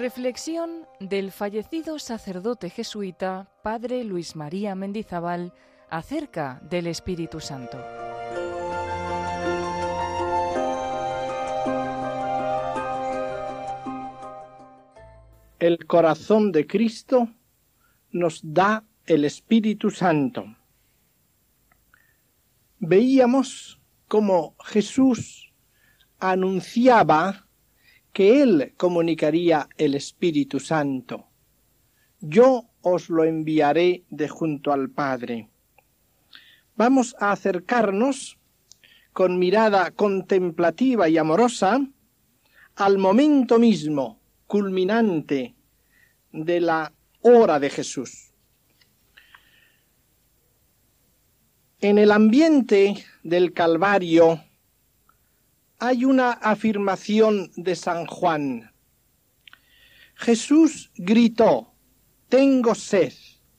Reflexión del fallecido sacerdote jesuita Padre Luis María Mendizábal acerca del Espíritu Santo. El corazón de Cristo nos da el Espíritu Santo. Veíamos cómo Jesús anunciaba que Él comunicaría el Espíritu Santo. Yo os lo enviaré de junto al Padre. Vamos a acercarnos con mirada contemplativa y amorosa al momento mismo culminante de la hora de Jesús. En el ambiente del Calvario hay una afirmación de San Juan. Jesús gritó: «Tengo sed».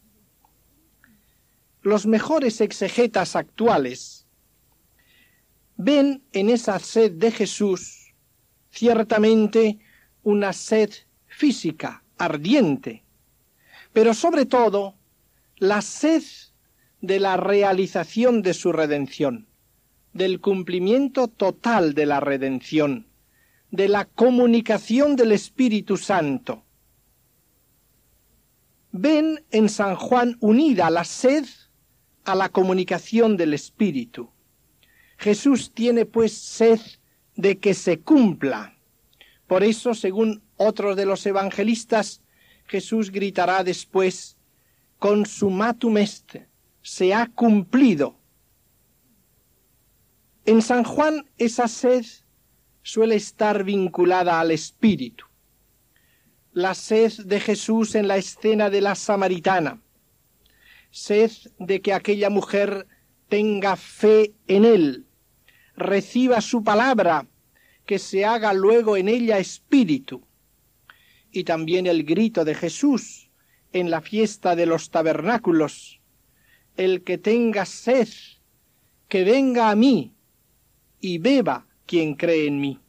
Los mejores exegetas actuales ven en esa sed de Jesús ciertamente una sed física, ardiente, pero sobre todo la sed de la realización de su redención, del cumplimiento total de la redención, de la comunicación del Espíritu Santo. Ven en San Juan unida la sed a la comunicación del Espíritu. Jesús tiene pues sed de que se cumpla. Por eso, según otros de los evangelistas, Jesús gritará después: «Consumatum est», se ha cumplido. En San Juan esa sed suele estar vinculada al Espíritu. La sed de Jesús en la escena de la Samaritana, sed de que aquella mujer tenga fe en Él, reciba su palabra, que se haga luego en ella espíritu. Y también el grito de Jesús en la fiesta de los tabernáculos: «El que tenga sed, que venga a mí, y beba quien cree en mí».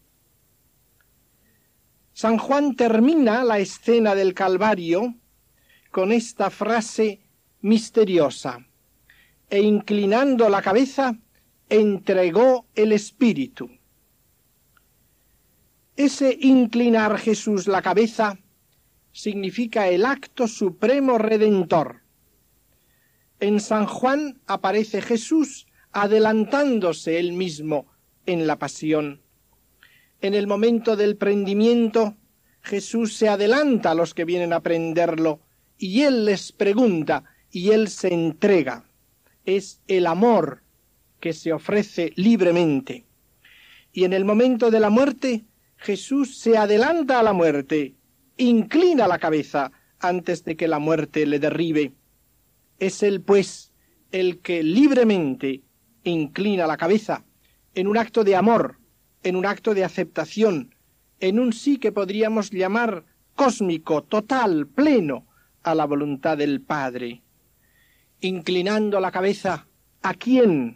San Juan termina la escena del Calvario con esta frase misteriosa: «E inclinando la cabeza, entregó el Espíritu». Ese inclinar Jesús la cabeza significa el acto supremo redentor. En San Juan aparece Jesús adelantándose él mismo en la pasión. En el momento del prendimiento, Jesús se adelanta a los que vienen a prenderlo, y Él les pregunta, y Él se entrega. Es el amor que se ofrece libremente. Y en el momento de la muerte, Jesús se adelanta a la muerte, inclina la cabeza antes de que la muerte le derribe. Es Él, pues, el que libremente inclina la cabeza, en un acto de amor, en un acto de aceptación, en un sí que podríamos llamar cósmico, total, pleno, a la voluntad del Padre. Inclinando la cabeza, ¿a quién?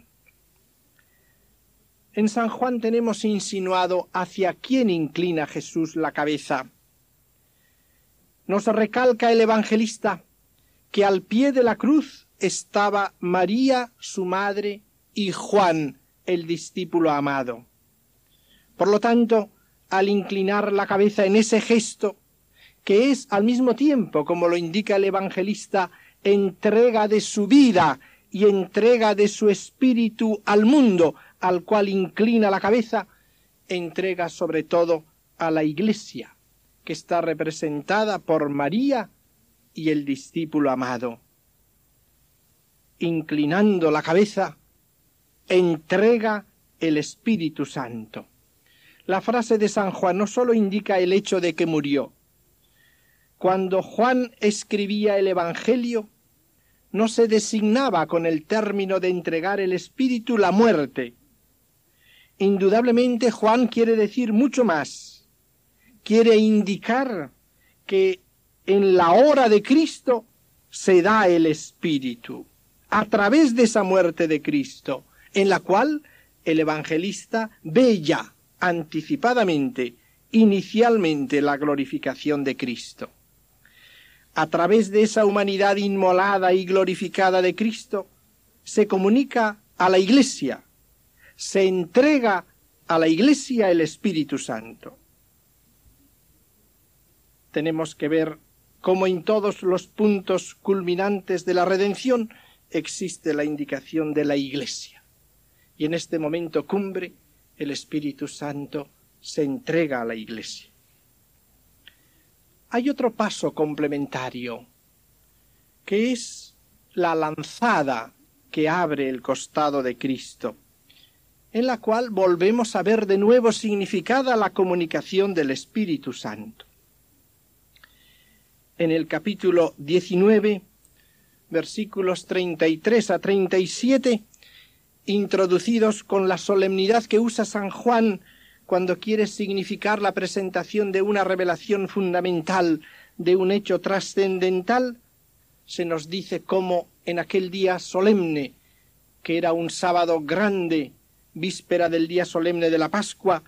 En San Juan tenemos insinuado hacia quién inclina Jesús la cabeza. Nos recalca el evangelista que al pie de la cruz estaba María, su madre, y Juan, el discípulo amado. Por lo tanto, al inclinar la cabeza en ese gesto, que es al mismo tiempo, como lo indica el evangelista, entrega de su vida y entrega de su espíritu al mundo, al cual inclina la cabeza, entrega sobre todo a la Iglesia, que está representada por María y el discípulo amado. Inclinando la cabeza, entrega el Espíritu Santo. La frase de San Juan no sólo indica el hecho de que murió. Cuando Juan escribía el Evangelio, no se designaba con el término de entregar el Espíritu la muerte. Indudablemente Juan quiere decir mucho más. Quiere indicar que en la hora de Cristo se da el Espíritu, a través de esa muerte de Cristo, en la cual el evangelista ve ya anticipadamente inicialmente la glorificación de Cristo. A través de esa humanidad inmolada y glorificada de Cristo, se comunica a la Iglesia, se entrega a la Iglesia el Espíritu Santo. Tenemos que ver cómo en todos los puntos culminantes de la redención existe la indicación de la Iglesia. Y en este momento cumbre, el Espíritu Santo se entrega a la Iglesia. Hay otro paso complementario, que es la lanzada que abre el costado de Cristo, en la cual volvemos a ver de nuevo significada la comunicación del Espíritu Santo. En el capítulo 19, versículos 33 a 37, introducidos con la solemnidad que usa San Juan cuando quiere significar la presentación de una revelación fundamental, de un hecho trascendental, se nos dice cómo en aquel día solemne, que era un sábado grande, víspera del día solemne de la Pascua,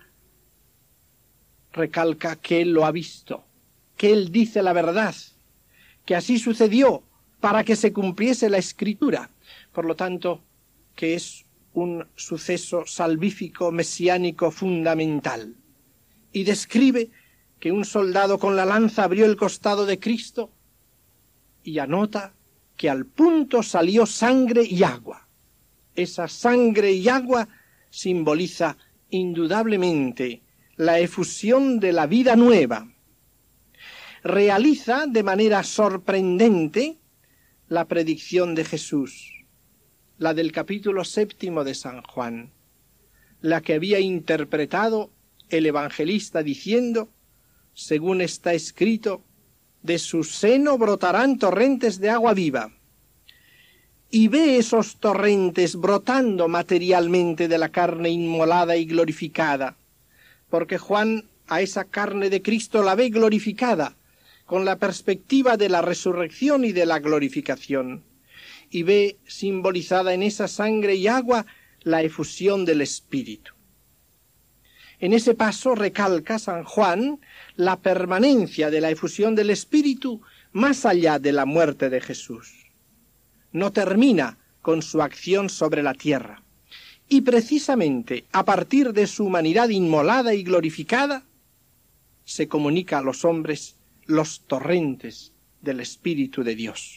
recalca que él lo ha visto, que él dice la verdad, que así sucedió para que se cumpliese la Escritura. Por lo tanto, que es un suceso salvífico, mesiánico, fundamental. Y describe que un soldado con la lanza abrió el costado de Cristo y anota que al punto salió sangre y agua. Esa sangre y agua simboliza indudablemente la efusión de la vida nueva. Realiza de manera sorprendente la predicción de Jesús, la del capítulo 7 de San Juan, la que había interpretado el evangelista diciendo, según está escrito, de su seno brotarán torrentes de agua viva. Y ve esos torrentes brotando materialmente de la carne inmolada y glorificada, porque Juan a esa carne de Cristo la ve glorificada, con la perspectiva de la resurrección y de la glorificación, y ve simbolizada en esa sangre y agua la efusión del Espíritu. En ese paso recalca San Juan la permanencia de la efusión del Espíritu más allá de la muerte de Jesús. No termina con su acción sobre la tierra. Y precisamente a partir de su humanidad inmolada y glorificada, se comunica a los hombres los torrentes del Espíritu de Dios.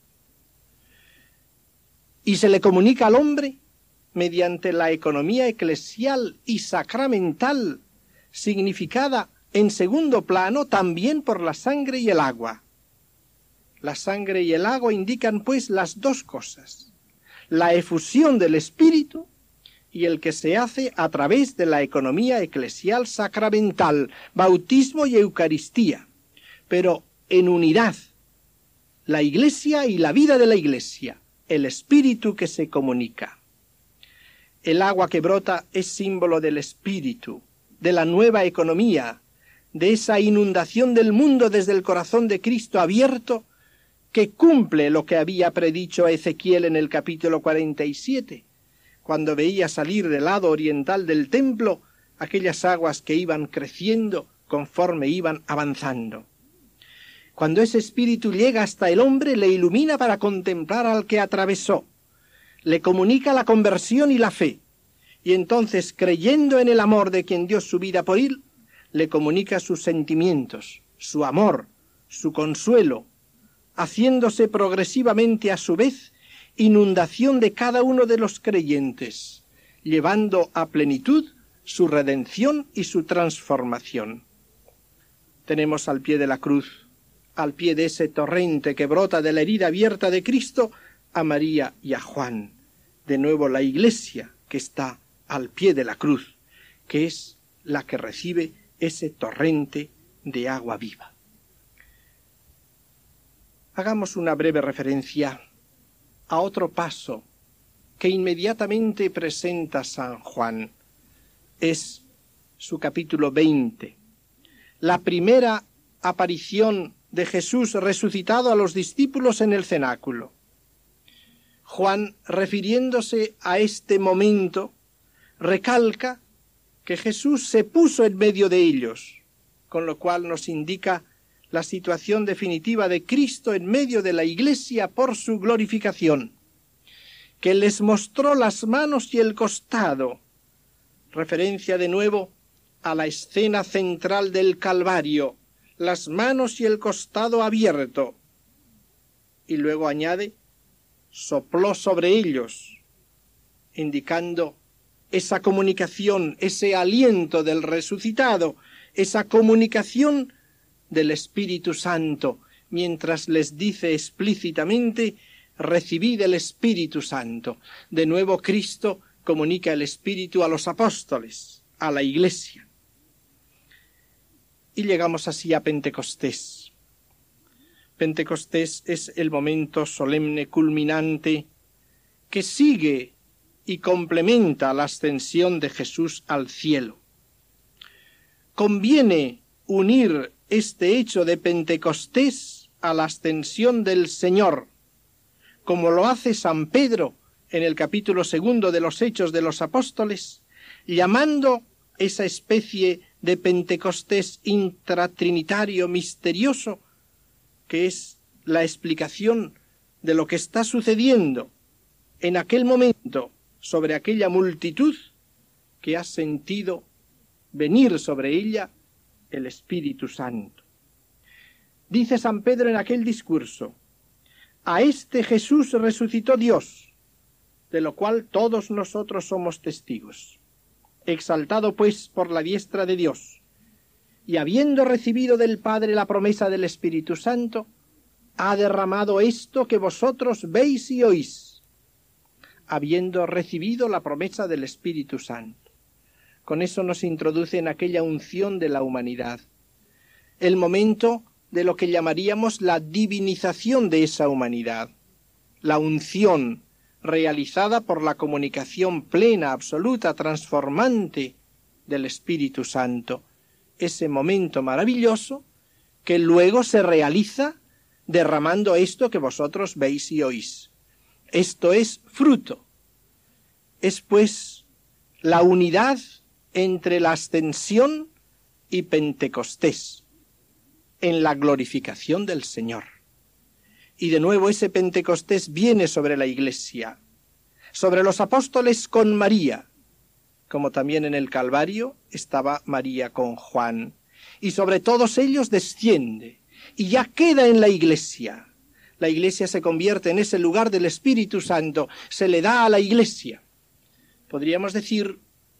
Y se le comunica al hombre mediante la economía eclesial y sacramental, significada en segundo plano también por la sangre y el agua. La sangre y el agua indican pues las dos cosas, la efusión del Espíritu y el que se hace a través de la economía eclesial sacramental, bautismo y Eucaristía, pero en unidad, la Iglesia y la vida de la Iglesia, el Espíritu que se comunica. El agua que brota es símbolo del Espíritu, de la nueva economía, de esa inundación del mundo desde el corazón de Cristo abierto, que cumple lo que había predicho Ezequiel en el capítulo 47, cuando veía salir del lado oriental del templo aquellas aguas que iban creciendo conforme iban avanzando. Cuando ese espíritu llega hasta el hombre, le ilumina para contemplar al que atravesó, le comunica la conversión y la fe, y entonces, creyendo en el amor de quien dio su vida por él, le comunica sus sentimientos, su amor, su consuelo, haciéndose progresivamente a su vez inundación de cada uno de los creyentes, llevando a plenitud su redención y su transformación. Tenemos al pie de la cruz, al pie de ese torrente que brota de la herida abierta de Cristo, a María y a Juan. De nuevo la Iglesia que está al pie de la cruz, que es la que recibe ese torrente de agua viva. Hagamos una breve referencia a otro paso que inmediatamente presenta San Juan. Es su capítulo 20, la primera aparición de Jesús resucitado a los discípulos en el cenáculo. Juan, refiriéndose a este momento, recalca que Jesús se puso en medio de ellos, con lo cual nos indica la situación definitiva de Cristo en medio de la Iglesia por su glorificación, que les mostró las manos y el costado, referencia de nuevo a la escena central del Calvario, las manos y el costado abierto, y luego añade, sopló sobre ellos, indicando esa comunicación, ese aliento del resucitado, esa comunicación del Espíritu Santo, mientras les dice explícitamente, recibid el Espíritu Santo. De nuevo Cristo comunica el Espíritu a los apóstoles, a la Iglesia. Y llegamos así a Pentecostés. Pentecostés es el momento solemne culminante que sigue y complementa la ascensión de Jesús al cielo. Conviene unir este hecho de Pentecostés a la ascensión del Señor, como lo hace San Pedro en el capítulo 2 de los Hechos de los Apóstoles, llamando esa especie de Pentecostés intratrinitario misterioso, que es la explicación de lo que está sucediendo en aquel momento sobre aquella multitud que ha sentido venir sobre ella el Espíritu Santo. Dice San Pedro en aquel discurso, a este Jesús resucitó Dios, de lo cual todos nosotros somos testigos. Exaltado pues por la diestra de Dios, y habiendo recibido del Padre la promesa del Espíritu Santo, ha derramado esto que vosotros veis y oís, habiendo recibido la promesa del Espíritu Santo. Con eso nos introduce en aquella unción de la humanidad, el momento de lo que llamaríamos la divinización de esa humanidad, la unción realizada por la comunicación plena, absoluta, transformante del Espíritu Santo, ese momento maravilloso que luego se realiza derramando esto que vosotros veis y oís. Esto es fruto. Es pues la unidad entre la ascensión y Pentecostés en la glorificación del Señor. Y de nuevo ese Pentecostés viene sobre la Iglesia, sobre los apóstoles con María, como también en el Calvario estaba María con Juan, y sobre todos ellos desciende, y ya queda en la Iglesia. La Iglesia se convierte en ese lugar del Espíritu Santo, se le da a la Iglesia. Podríamos decir,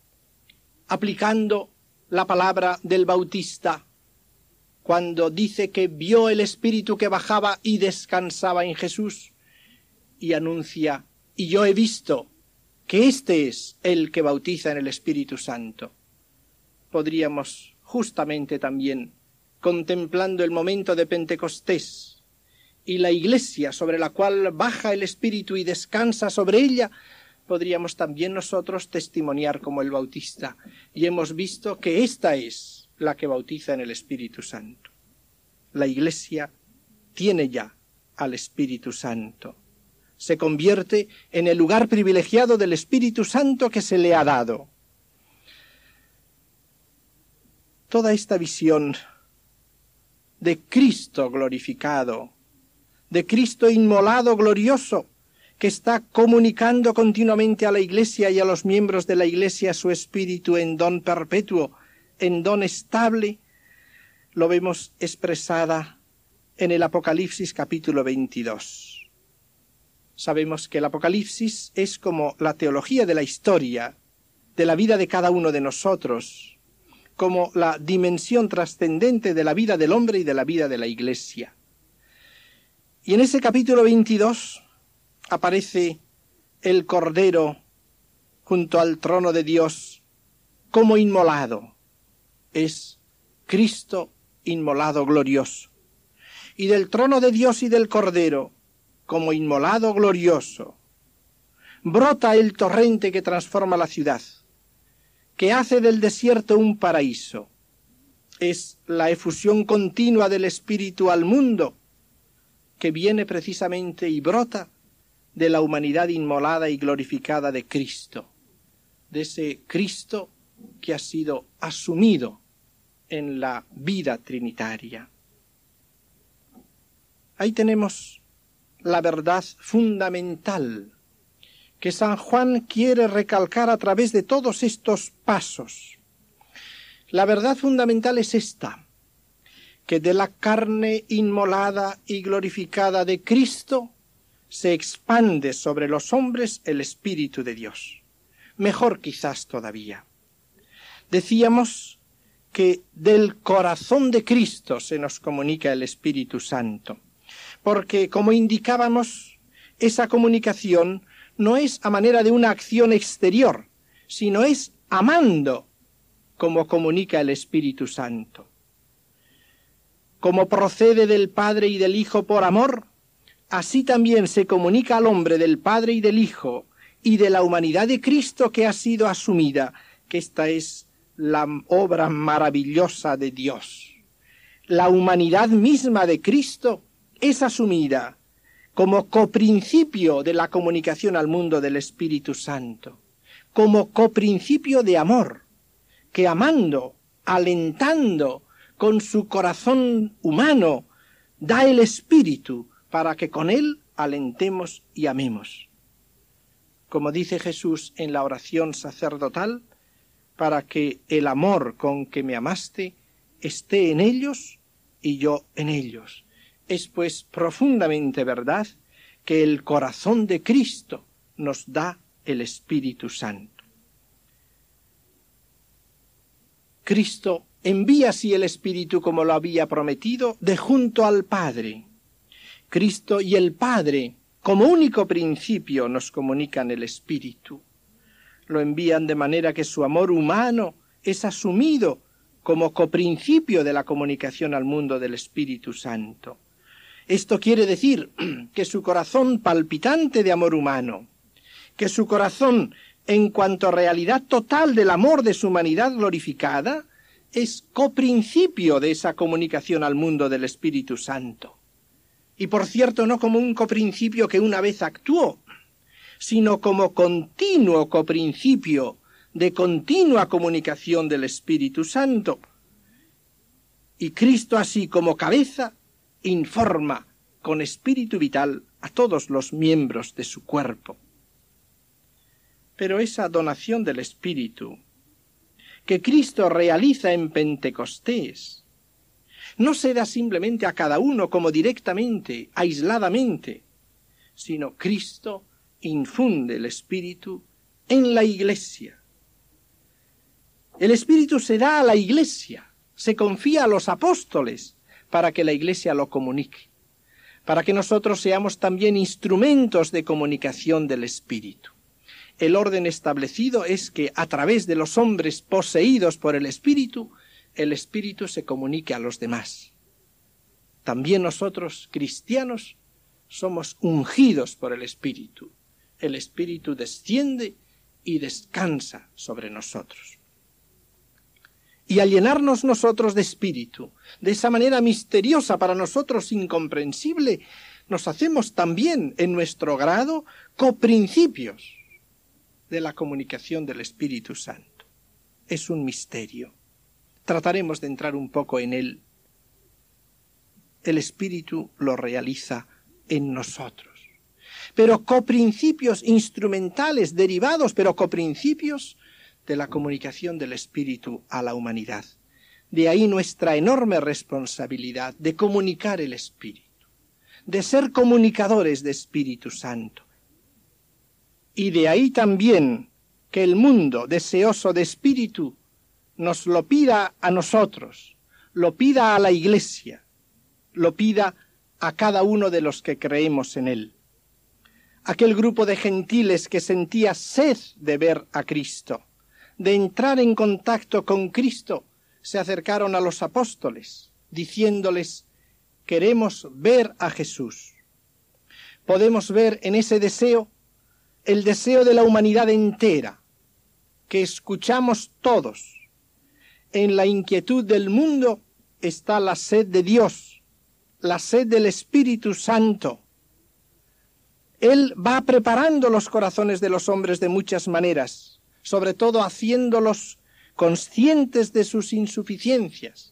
aplicando la palabra del Bautista, cuando dice que vio el Espíritu que bajaba y descansaba en Jesús, y anuncia, y yo he visto que este es el que bautiza en el Espíritu Santo. Podríamos justamente también, contemplando el momento de Pentecostés y la Iglesia sobre la cual baja el Espíritu y descansa sobre ella, podríamos también nosotros testimoniar como el Bautista, y hemos visto que esta es la que bautiza en el Espíritu Santo. La Iglesia tiene ya al Espíritu Santo. Se convierte en el lugar privilegiado del Espíritu Santo que se le ha dado. Toda esta visión de Cristo glorificado, de Cristo inmolado glorioso, que está comunicando continuamente a la Iglesia y a los miembros de la Iglesia su Espíritu en don perpetuo, en don estable, lo vemos expresada en el Apocalipsis capítulo 22. Sabemos que el Apocalipsis es como la teología de la historia, de la vida de cada uno de nosotros, como la dimensión trascendente de la vida del hombre y de la vida de la Iglesia. Y en ese capítulo 22 aparece el Cordero junto al trono de Dios como inmolado. Es Cristo inmolado glorioso. Y del trono de Dios y del Cordero, como inmolado glorioso, brota el torrente que transforma la ciudad, que hace del desierto un paraíso. Es la efusión continua del Espíritu al mundo, que viene precisamente y brota de la humanidad inmolada y glorificada de Cristo, de ese Cristo que ha sido asumido en la vida trinitaria. Ahí tenemos la verdad fundamental que San Juan quiere recalcar a través de todos estos pasos. La verdad fundamental es esta, que de la carne inmolada y glorificada de Cristo se expande sobre los hombres el Espíritu de Dios. Mejor quizás todavía. Decíamos que del corazón de Cristo se nos comunica el Espíritu Santo, porque, como indicábamos, esa comunicación no es a manera de una acción exterior, sino es amando como comunica el Espíritu Santo. Como procede del Padre y del Hijo por amor, así también se comunica al hombre del Padre y del Hijo y de la humanidad de Cristo que ha sido asumida, que esta es la obra maravillosa de Dios. La humanidad misma de Cristo es asumida como coprincipio de la comunicación al mundo del Espíritu Santo, como coprincipio de amor, que amando, alentando con su corazón humano, da el Espíritu para que con él alentemos y amemos. Como dice Jesús en la oración sacerdotal, para que el amor con que me amaste esté en ellos y yo en ellos. Es pues profundamente verdad que el corazón de Cristo nos da el Espíritu Santo. Cristo envía así el Espíritu como lo había prometido de junto al Padre. Cristo y el Padre, como único principio, nos comunican el Espíritu. Lo envían de manera que su amor humano es asumido como coprincipio de la comunicación al mundo del Espíritu Santo. Esto quiere decir que su corazón palpitante de amor humano, que su corazón en cuanto a realidad total del amor de su humanidad glorificada, es coprincipio de esa comunicación al mundo del Espíritu Santo. Y por cierto, no como un coprincipio que una vez actuó, sino como continuo coprincipio de continua comunicación del Espíritu Santo. Y Cristo así como cabeza informa con espíritu vital a todos los miembros de su cuerpo. Pero esa donación del Espíritu que Cristo realiza en Pentecostés no se da simplemente a cada uno como directamente, aisladamente, sino Cristo infunde el Espíritu en la Iglesia. El Espíritu se da a la Iglesia, se confía a los apóstoles para que la Iglesia lo comunique, para que nosotros seamos también instrumentos de comunicación del Espíritu. El orden establecido es que a través de los hombres poseídos por el Espíritu se comunique a los demás. También nosotros, cristianos, somos ungidos por el Espíritu. El Espíritu desciende y descansa sobre nosotros. Y al llenarnos nosotros de Espíritu, de esa manera misteriosa para nosotros incomprensible, nos hacemos también en nuestro grado coprincipios de la comunicación del Espíritu Santo. Es un misterio. Trataremos de entrar un poco en él. El Espíritu lo realiza en nosotros. Pero coprincipios instrumentales, derivados, pero coprincipios de la comunicación del Espíritu a la humanidad. De ahí nuestra enorme responsabilidad de comunicar el Espíritu, de ser comunicadores de Espíritu Santo. Y de ahí también que el mundo deseoso de Espíritu nos lo pida a nosotros, lo pida a la Iglesia, lo pida a cada uno de los que creemos en él. Aquel grupo de gentiles que sentía sed de ver a Cristo, de entrar en contacto con Cristo, se acercaron a los apóstoles, diciéndoles: queremos ver a Jesús. Podemos ver en ese deseo el deseo de la humanidad entera, que escuchamos todos. En la inquietud del mundo está la sed de Dios, la sed del Espíritu Santo. Él va preparando los corazones de los hombres de muchas maneras, sobre todo haciéndolos conscientes de sus insuficiencias,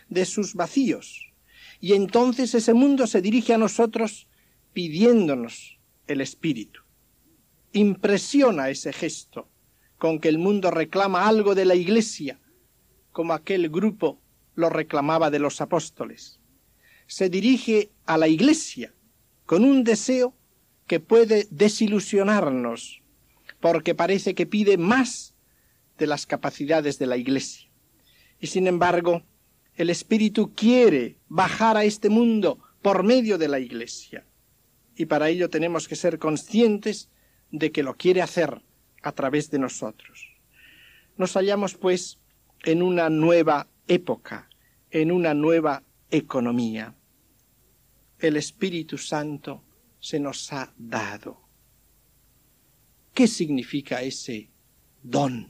de sus vacíos. Y entonces ese mundo se dirige a nosotros pidiéndonos el Espíritu. Impresiona ese gesto con que el mundo reclama algo de la Iglesia, como aquel grupo lo reclamaba de los apóstoles. Se dirige a la Iglesia con un deseo que puede desilusionarnos, porque parece que pide más de las capacidades de la Iglesia. Y sin embargo, el Espíritu quiere bajar a este mundo por medio de la Iglesia. Y para ello tenemos que ser conscientes de que lo quiere hacer a través de nosotros. Nos hallamos, pues, en una nueva época, en una nueva economía. El Espíritu Santo se nos ha dado. ¿Qué significa ese don?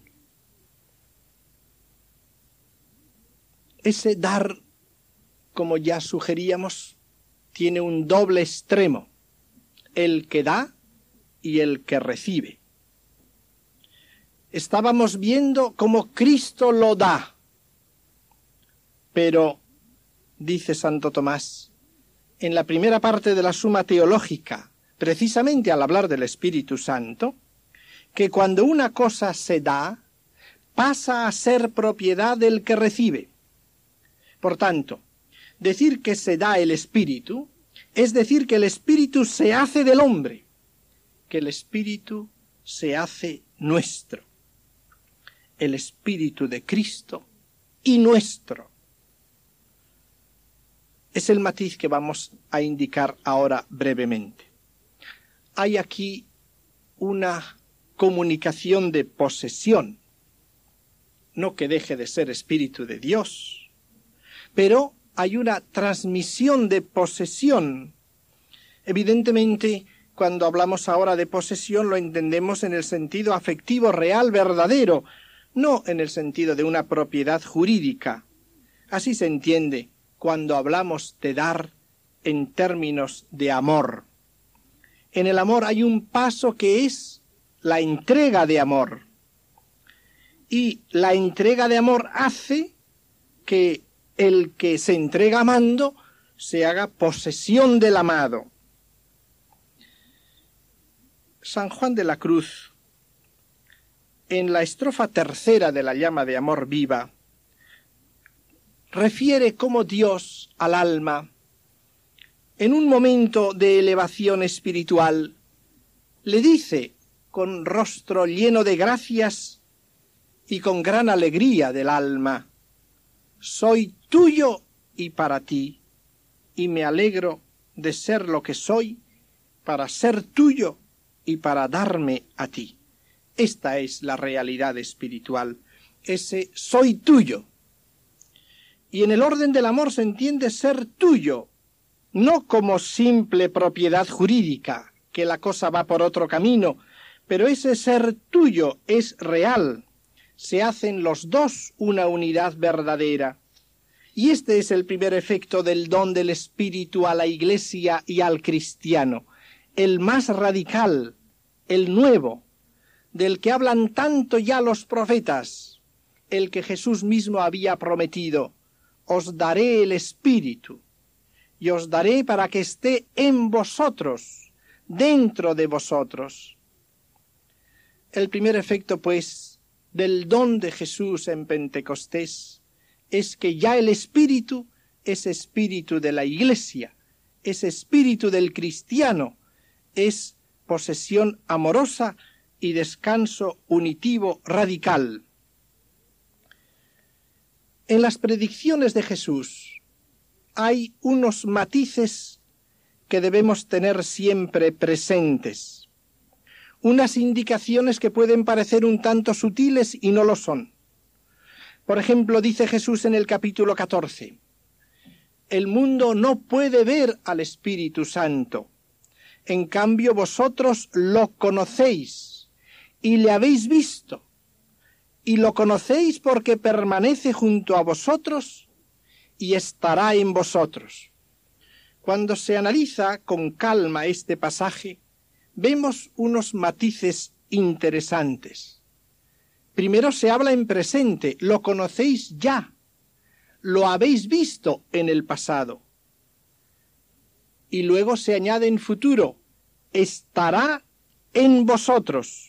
Ese dar, como ya sugeríamos, tiene un doble extremo, el que da y el que recibe. Estábamos viendo cómo Cristo lo da, pero, dice Santo Tomás, en la primera parte de la Suma Teológica, precisamente al hablar del Espíritu Santo, que cuando una cosa se da, pasa a ser propiedad del que recibe. Por tanto, decir que se da el Espíritu es decir que el Espíritu se hace del hombre, que el Espíritu se hace nuestro, el Espíritu de Cristo y nuestro. Es el matiz que vamos a indicar ahora brevemente. Hay aquí una comunicación de posesión, no que deje de ser Espíritu de Dios, pero hay una transmisión de posesión. Evidentemente, cuando hablamos ahora de posesión lo entendemos en el sentido afectivo real, verdadero, no en el sentido de una propiedad jurídica. Así se entiende cuando hablamos de dar en términos de amor. En el amor hay un paso que es la entrega de amor. Y la entrega de amor hace que el que se entrega amando se haga posesión del amado. San Juan de la Cruz, en la estrofa tercera de la llama de amor viva, refiere cómo Dios al alma, en un momento de elevación espiritual, le dice con rostro lleno de gracias y con gran alegría del alma: soy tuyo y para ti, y me alegro de ser lo que soy, para ser tuyo y para darme a ti. Esta es la realidad espiritual, ese soy tuyo. Y en el orden del amor se entiende ser tuyo, no como simple propiedad jurídica, que la cosa va por otro camino, pero ese ser tuyo es real. Se hacen los dos una unidad verdadera. Y este es el primer efecto del don del Espíritu a la Iglesia y al cristiano, el más radical, el nuevo, del que hablan tanto ya los profetas, el que Jesús mismo había prometido: os daré el Espíritu, y os daré para que esté en vosotros, dentro de vosotros. El primer efecto, pues, del don de Jesús en Pentecostés es que ya el Espíritu es Espíritu de la Iglesia, es Espíritu del cristiano, es posesión amorosa y descanso unitivo radical. En las predicciones de Jesús hay unos matices que debemos tener siempre presentes, unas indicaciones que pueden parecer un tanto sutiles y no lo son. Por ejemplo, dice Jesús en el capítulo 14, el mundo no puede ver al Espíritu Santo, en cambio vosotros lo conocéis y le habéis visto, y lo conocéis porque permanece junto a vosotros y estará en vosotros. Cuando se analiza con calma este pasaje, vemos unos matices interesantes. Primero se habla en presente, lo conocéis ya, lo habéis visto en el pasado. Y luego se añade en futuro, estará en vosotros.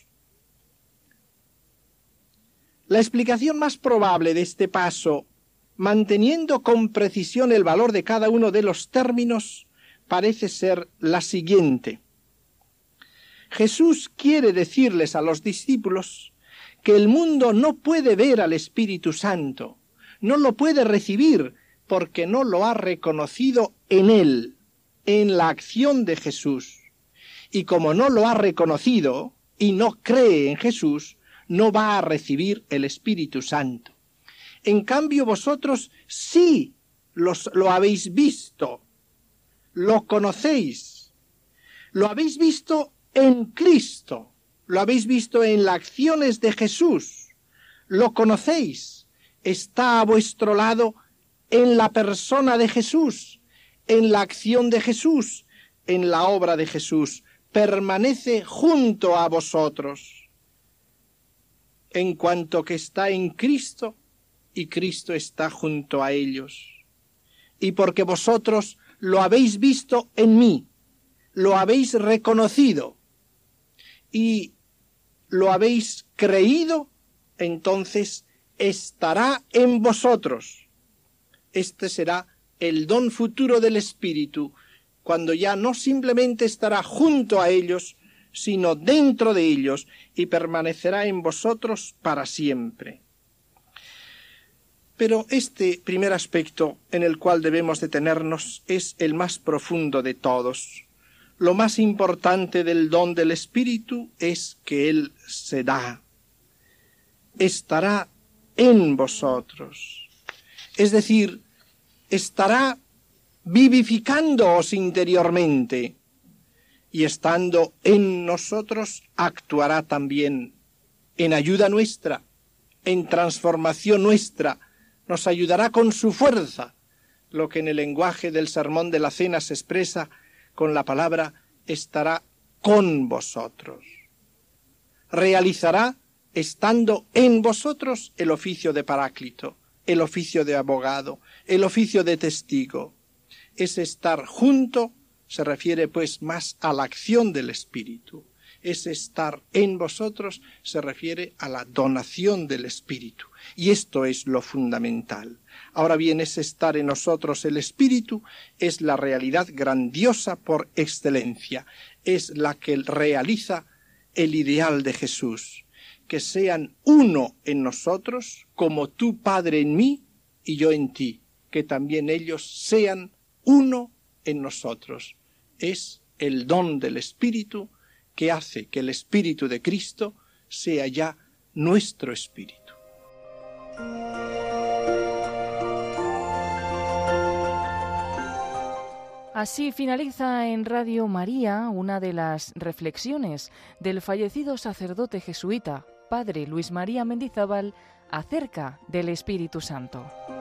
La explicación más probable de este paso, manteniendo con precisión el valor de cada uno de los términos, parece ser la siguiente. Jesús quiere decirles a los discípulos que el mundo no puede ver al Espíritu Santo, no lo puede recibir porque no lo ha reconocido en él, en la acción de Jesús. Y como no lo ha reconocido y no cree en Jesús, no va a recibir el Espíritu Santo. En cambio vosotros sí lo habéis visto, lo conocéis, lo habéis visto en Cristo, lo habéis visto en las acciones de Jesús, lo conocéis, está a vuestro lado en la persona de Jesús, en la acción de Jesús, en la obra de Jesús, permanece junto a vosotros, en cuanto que está en Cristo y Cristo está junto a ellos. Y porque vosotros lo habéis visto en mí, lo habéis reconocido y lo habéis creído, entonces estará en vosotros. Este será el don futuro del Espíritu, cuando ya no simplemente estará junto a ellos, sino dentro de ellos, y permanecerá en vosotros para siempre. Pero este primer aspecto en el cual debemos detenernos es el más profundo de todos. Lo más importante del don del Espíritu es que Él se da. Estará en vosotros. Es decir, estará vivificándoos interiormente, y estando en nosotros actuará también en ayuda nuestra, en transformación nuestra, nos ayudará con su fuerza, lo que en el lenguaje del Sermón de la Cena se expresa con la palabra estará con vosotros. Realizará, estando en vosotros, el oficio de paráclito, el oficio de abogado, el oficio de testigo. Ese estar junto se refiere pues más a la acción del Espíritu. Ese estar en vosotros se refiere a la donación del Espíritu. Y esto es lo fundamental. Ahora bien, ese estar en nosotros el Espíritu es la realidad grandiosa por excelencia. Es la que realiza el ideal de Jesús. Que sean uno en nosotros, como tú, Padre, en mí y yo en ti. Que también ellos sean uno en nosotros. Es el don del Espíritu que hace que el Espíritu de Cristo sea ya nuestro Espíritu. Así finaliza en Radio María una de las reflexiones del fallecido sacerdote jesuita, Padre Luis María Mendizábal, acerca del Espíritu Santo.